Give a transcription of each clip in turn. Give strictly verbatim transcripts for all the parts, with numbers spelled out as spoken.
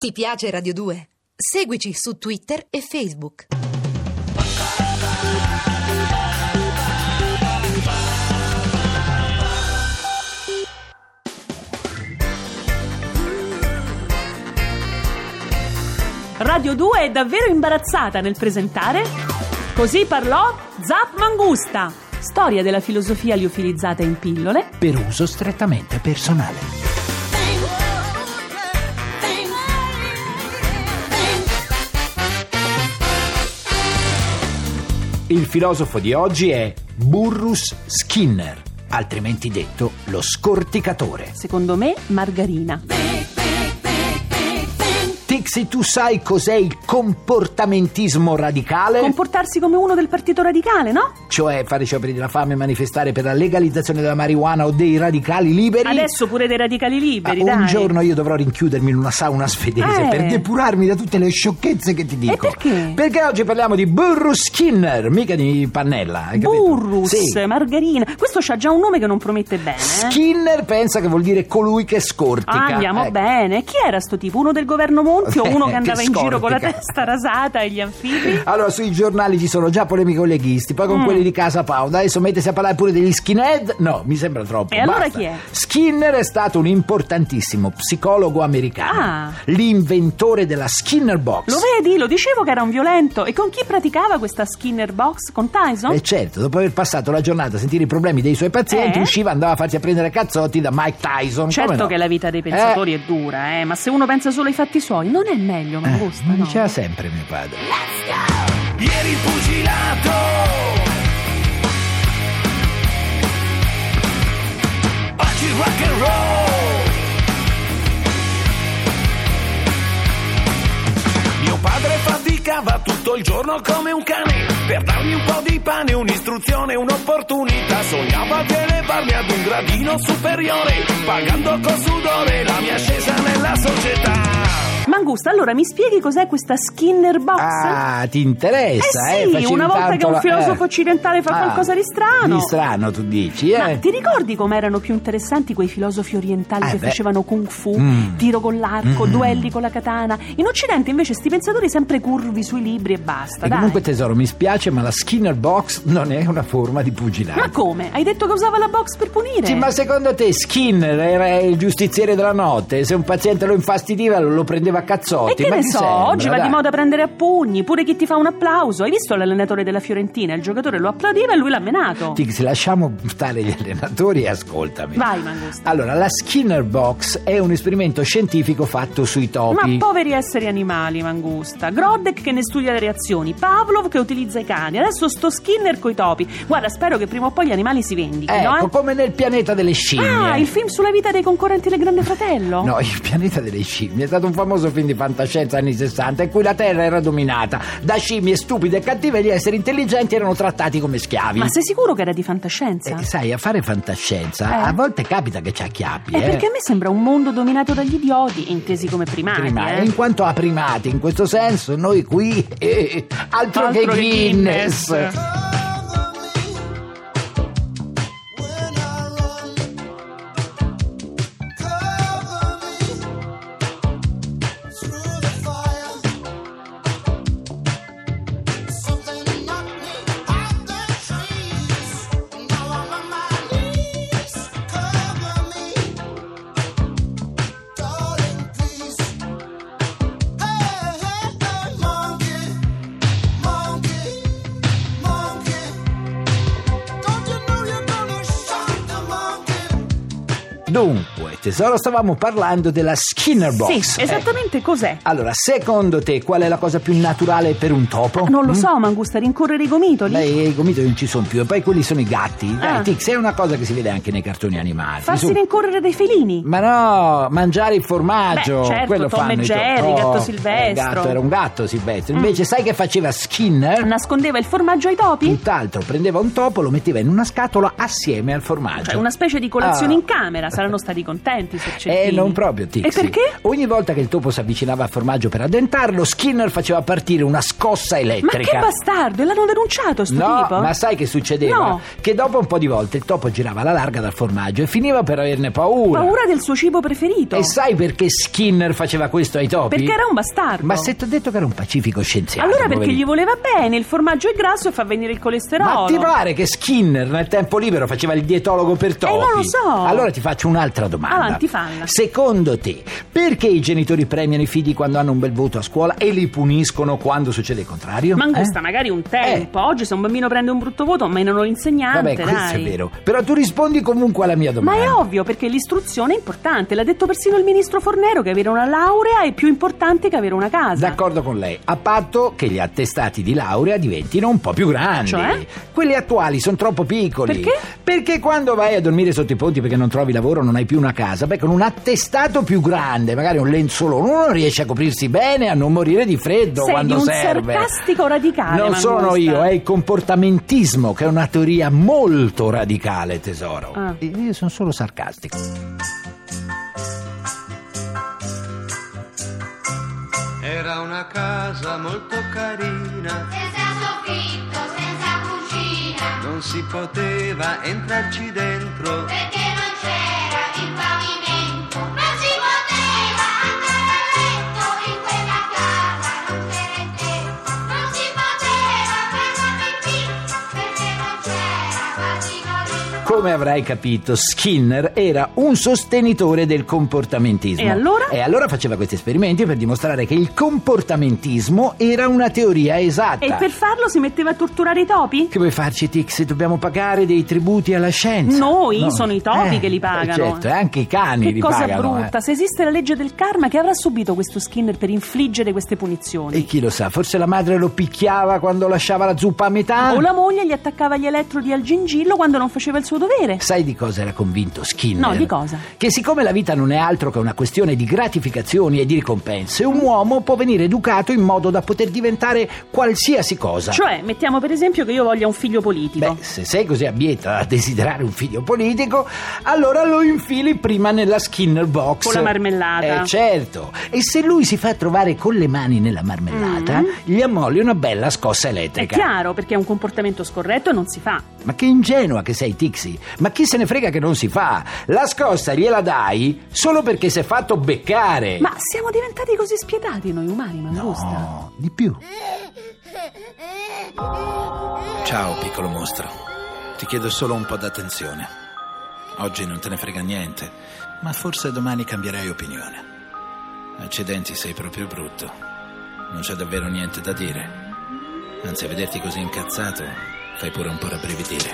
Ti piace Radio due? Seguici su Twitter e Facebook. Radio due è davvero imbarazzata nel presentare Così parlò Zap Mangusta, storia della filosofia liofilizzata in pillole per uso strettamente personale. Il filosofo di oggi è Burrhus Skinner, altrimenti detto lo scorticatore. Secondo me, margarina. Tixi, tu sai cos'è il comportamentismo radicale? Comportarsi come uno del partito radicale, no? Cioè fare scioperi della fame e manifestare per la legalizzazione della marijuana o dei radicali liberi? Adesso pure dei radicali liberi, ah, dai. Un giorno io dovrò rinchiudermi in una sauna svedese eh. per depurarmi da tutte le sciocchezze che ti dico. E perché? Perché oggi parliamo di Burrhus Skinner, mica di Pannella, hai capito? Burrhus, sì. Margarina. Questo c'ha già un nome che non promette bene. eh? Skinner pensa che vuol dire colui che scortica. Ah, andiamo ecco. bene. Chi era sto tipo? Uno del governo Monti o uno che andava che in giro con la scortica. testa rasata e gli anfibi? Allora, sui giornali ci sono già polemiche con i leghisti, poi con Mm. quelli di Casa Pound. Adesso mettesi a parlare pure degli skinhead? No, mi sembra troppo. E allora Basta. chi è? Skinner è stato un importantissimo psicologo americano, Ah. l'inventore della Skinner Box. Lo vedi? Lo dicevo che era un violento. E con chi praticava questa Skinner Box? Con Tyson? E certo, dopo aver passato la giornata a sentire i problemi dei suoi pazienti, Eh? usciva, andava a farsi a prendere cazzotti da Mike Tyson. Certo Come no? che la vita dei pensatori è dura, eh, ma se uno pensa solo ai fatti suoi, non è meglio, ma Eh, gusta, lo no? diceva sempre mio padre. Ieri il pugilato, oggi il rock and roll. Mio padre faticava tutto il giorno come un cane per darmi un po' di pane, un'istruzione, un'opportunità. Sognava di elevarmi ad un gradino superiore, pagando col sudore la mia ascesa nella società. Mangusta, allora mi spieghi cos'è questa Skinner Box? Ah, ti interessa, eh eh? sì, Facevi una volta tanto che un la- filosofo eh. occidentale fa Ah, qualcosa di strano. Di strano, tu dici, eh? Ma ti ricordi com'erano più interessanti quei filosofi orientali Eh, che beh. facevano kung fu, Mm. tiro con l'arco, Mm. duelli con la katana? In Occidente invece sti pensatori sempre curvi sui libri e basta, E dai. comunque tesoro, mi spiace, ma la Skinner Box non è una forma di pugilato. Ma come? Hai detto che usava la box per punire? Sì, ma secondo te Skinner era il giustiziere della notte? Se un paziente lo infastidiva lo, lo prendeva a cazzotti? E che ma ne ti so, sembra, oggi va dai? di moda prendere a pugni, pure chi ti fa un applauso. Hai visto l'allenatore della Fiorentina? Il giocatore lo applaudiva e lui l'ha menato. Tix, lasciamo stare gli allenatori e ascoltami. Vai, Mangusta. Allora, la Skinner Box è un esperimento scientifico fatto sui topi. Ma poveri esseri animali, Mangusta. Grodek che ne studia le reazioni, Pavlov che utilizza i cani, adesso sto Skinner coi topi. Guarda, spero che prima o poi gli animali si vendichino, Ecco, eh? come nel pianeta delle scimmie. Ah, il film sulla vita dei concorrenti del Grande Fratello? No, il pianeta delle scimmie è stato un famoso film di fantascienza anni sessanta in cui la Terra era dominata da scimmie stupide e cattive e gli esseri intelligenti erano trattati come schiavi. Ma sei sicuro che era di fantascienza? Eh, sai, a fare fantascienza Eh? a volte capita che ci acchiappi, È eh. perché a me sembra un mondo dominato dagli idioti, intesi come primati, Prima, eh? in quanto a primati, in questo senso, noi qui eh, altro, Altro che che Guinness. Guinness. Dunque, tesoro, stavamo parlando della Skinner Box. Sì, esattamente Ecco. cos'è? Allora, secondo te qual è la cosa più naturale per un topo? Non lo Mm? so, Mangusta, rincorrere i gomitoli? Beh, i gomitoli non ci sono più, e poi quelli sono i gatti. Dai, Ah. Tix, è una cosa che si vede anche nei cartoni animati. Farsi Su. rincorrere dai felini? Ma no, mangiare il formaggio. Beh, certo, quello Tom fanno e i to- Jerry, Oh, gatto eh, silvestro. gatto, era un gatto silvestro. Mm. Invece, sai che faceva Skinner? Nascondeva il formaggio ai topi? Tutt'altro, prendeva un topo, lo metteva in una scatola assieme al formaggio. Cioè una specie di colazione Ah. in camera, saranno stati contenti. contenti i sorcettini. Eh, non proprio, Tixi. E perché? Ogni volta che il topo si avvicinava al formaggio per addentarlo, Skinner faceva partire una scossa Ma elettrica. che bastardo, e l'hanno denunciato sto No, tipo? ma sai che succedeva? No. Che dopo un po' di volte il topo girava alla larga dal formaggio e finiva per averne paura. Paura del suo cibo preferito. E sai perché Skinner faceva questo ai topi? Perché era un bastardo. Ma se ti ho detto che era un pacifico scienziato. Allora perché poverino. gli voleva bene, il formaggio è grasso e fa venire il colesterolo. Ma ti pare che Skinner nel tempo libero faceva il dietologo per topi? Eh, non lo so. Allora ti faccio un'altra domanda. Avanti, falla. Secondo te, perché i genitori premiano i figli quando hanno un bel voto a scuola e li puniscono quando succede il contrario? Mangusta, Eh? magari un tempo. Oggi se un bambino prende un brutto voto, ma non l'insegnante, Vabbè, questo dai. è vero. Però tu rispondi comunque alla mia Ma domanda. è ovvio, perché l'istruzione è importante. L'ha detto persino il ministro Fornero, che avere una laurea è più importante che avere una casa. D'accordo con lei, a patto che gli attestati di laurea diventino un po' più grandi. Cioè? Quelli attuali sono troppo piccoli. Perché? Perché quando vai a dormire sotto i ponti perché non trovi lavoro, non hai più una casa, beh, con un attestato più grande, magari un lenzuolone, uno non riesce a coprirsi bene, a non morire di freddo Sei quando di un serve. sarcastico radicale, Non Mangusta. sono io, è il comportamentismo, che è una teoria molto radicale, tesoro. Ah. Io sono solo sarcastico. Era una casa molto carina, Senza soffitto, senza cucina, non si poteva entrarci dentro. perché non c'era il pavimento. Non si poteva andare a letto in quella casa, non c'era il tetto. Non si poteva fare la pipì, perché non c'era l'asilo lì. Come avrai capito, Skinner era un sostenitore del comportamentismo. E allora? E allora faceva questi esperimenti per dimostrare che il comportamentismo era una teoria esatta. E per farlo si metteva a torturare i topi? Che vuoi farci, Tix? Dobbiamo pagare dei tributi alla scienza. Noi? Sono i topi che li pagano. Certo, e anche i cani Che li cosa pagano. brutta, eh. se esiste la legge del karma, che avrà subito questo Skinner per infliggere queste punizioni? E chi lo sa, forse la madre lo picchiava quando lasciava la zuppa a metà. O la moglie gli attaccava gli elettrodi al gingillo quando non faceva il suo dovere? Sai di cosa era convinto Skinner? No, di cosa? Che siccome la vita non è altro che una questione di gratificazioni e di ricompense, un uomo può venire educato in modo da poter diventare qualsiasi cosa. Cioè, mettiamo per esempio che io voglia un figlio politico. Beh, se sei così abbietta a desiderare un figlio politico, allora lo infili prima nella Skinner box. Con la marmellata. Eh, certo. E se lui si fa trovare con le mani nella marmellata, gli ammolli una bella scossa È elettrica. chiaro, perché è un comportamento scorretto e non si fa. Ma che ingenua che sei, Tixi. Ma chi se ne frega che non si fa? La scossa gliela dai solo perché si è fatto beccare. Ma siamo diventati così spietati noi umani, Mangusta? No, di più. Ciao, piccolo mostro. Ti chiedo solo un po' d'attenzione. Oggi non te ne frega niente, ma forse domani cambierai opinione. Accidenti, sei proprio brutto. Non c'è davvero niente da dire. Anzi, a vederti così incazzato, fai pure un po' rabbrividire.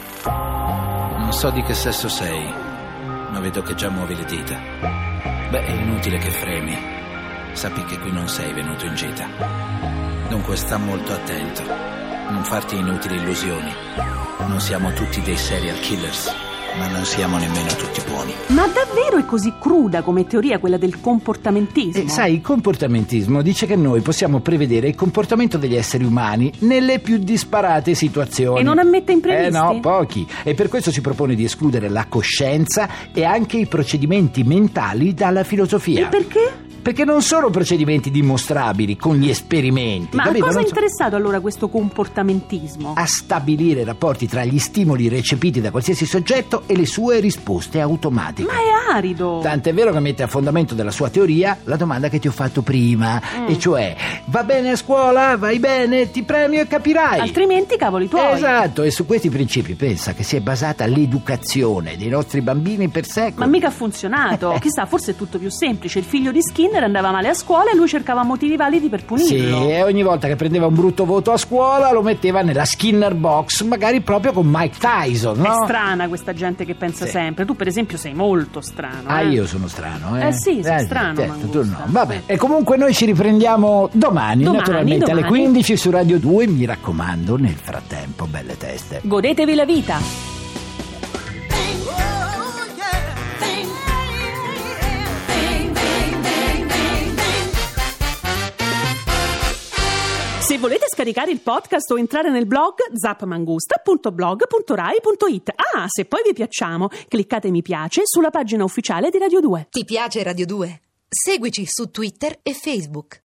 Non so di che sesso sei, ma vedo che già muovi le dita. Beh, è inutile che fremi. Sappi che qui non sei venuto in gita. Dunque sta molto attento. Non farti inutili illusioni. Non siamo tutti dei serial killers, ma non siamo nemmeno tutti buoni. Ma davvero è così cruda come teoria quella del comportamentismo? E sai, il comportamentismo dice che noi possiamo prevedere il comportamento degli esseri umani nelle più disparate situazioni. E non ammette imprevisti? Eh no, pochi. E per questo si propone di escludere la coscienza e anche i procedimenti mentali dalla filosofia. E perché? Perché non sono procedimenti dimostrabili con gli esperimenti. Ma capito? a cosa è Non so- interessato allora questo comportamentismo? a stabilire rapporti tra gli stimoli recepiti da qualsiasi soggetto e le sue risposte automatiche. Ma è arido! Tant'è vero che mette a fondamento della sua teoria la domanda che ti ho fatto prima, Mm. e cioè: va bene a scuola? Vai bene? Ti premio e capirai. Altrimenti cavoli tuoi. Esatto, e su questi principi pensa che si è basata l'educazione dei nostri bambini per secoli. Ma mica ha funzionato. Chissà, forse è tutto più semplice. Il figlio di Skinner andava male a scuola e lui cercava motivi validi per Sì, punirlo. e ogni volta che prendeva un brutto voto a scuola lo metteva nella Skinner box, magari proprio con Mike Tyson, no? È strana questa gente che pensa Sì. sempre. Tu per esempio sei molto strano. Ah, eh? io sono strano, eh? Eh sì, sei strano, certo, tu Mangusta. no. Vabbè, e comunque noi ci riprendiamo domani, Domani, naturalmente alle domani. quindici su Radio due, mi raccomando, nel frattempo, belle teste. Godetevi la vita. Se volete scaricare il podcast o entrare nel blog zapmangusta punto blog punto rai punto it. Ah, se poi vi piacciamo, cliccate mi piace sulla pagina ufficiale di Radio due. Ti piace Radio due? Seguici su Twitter e Facebook.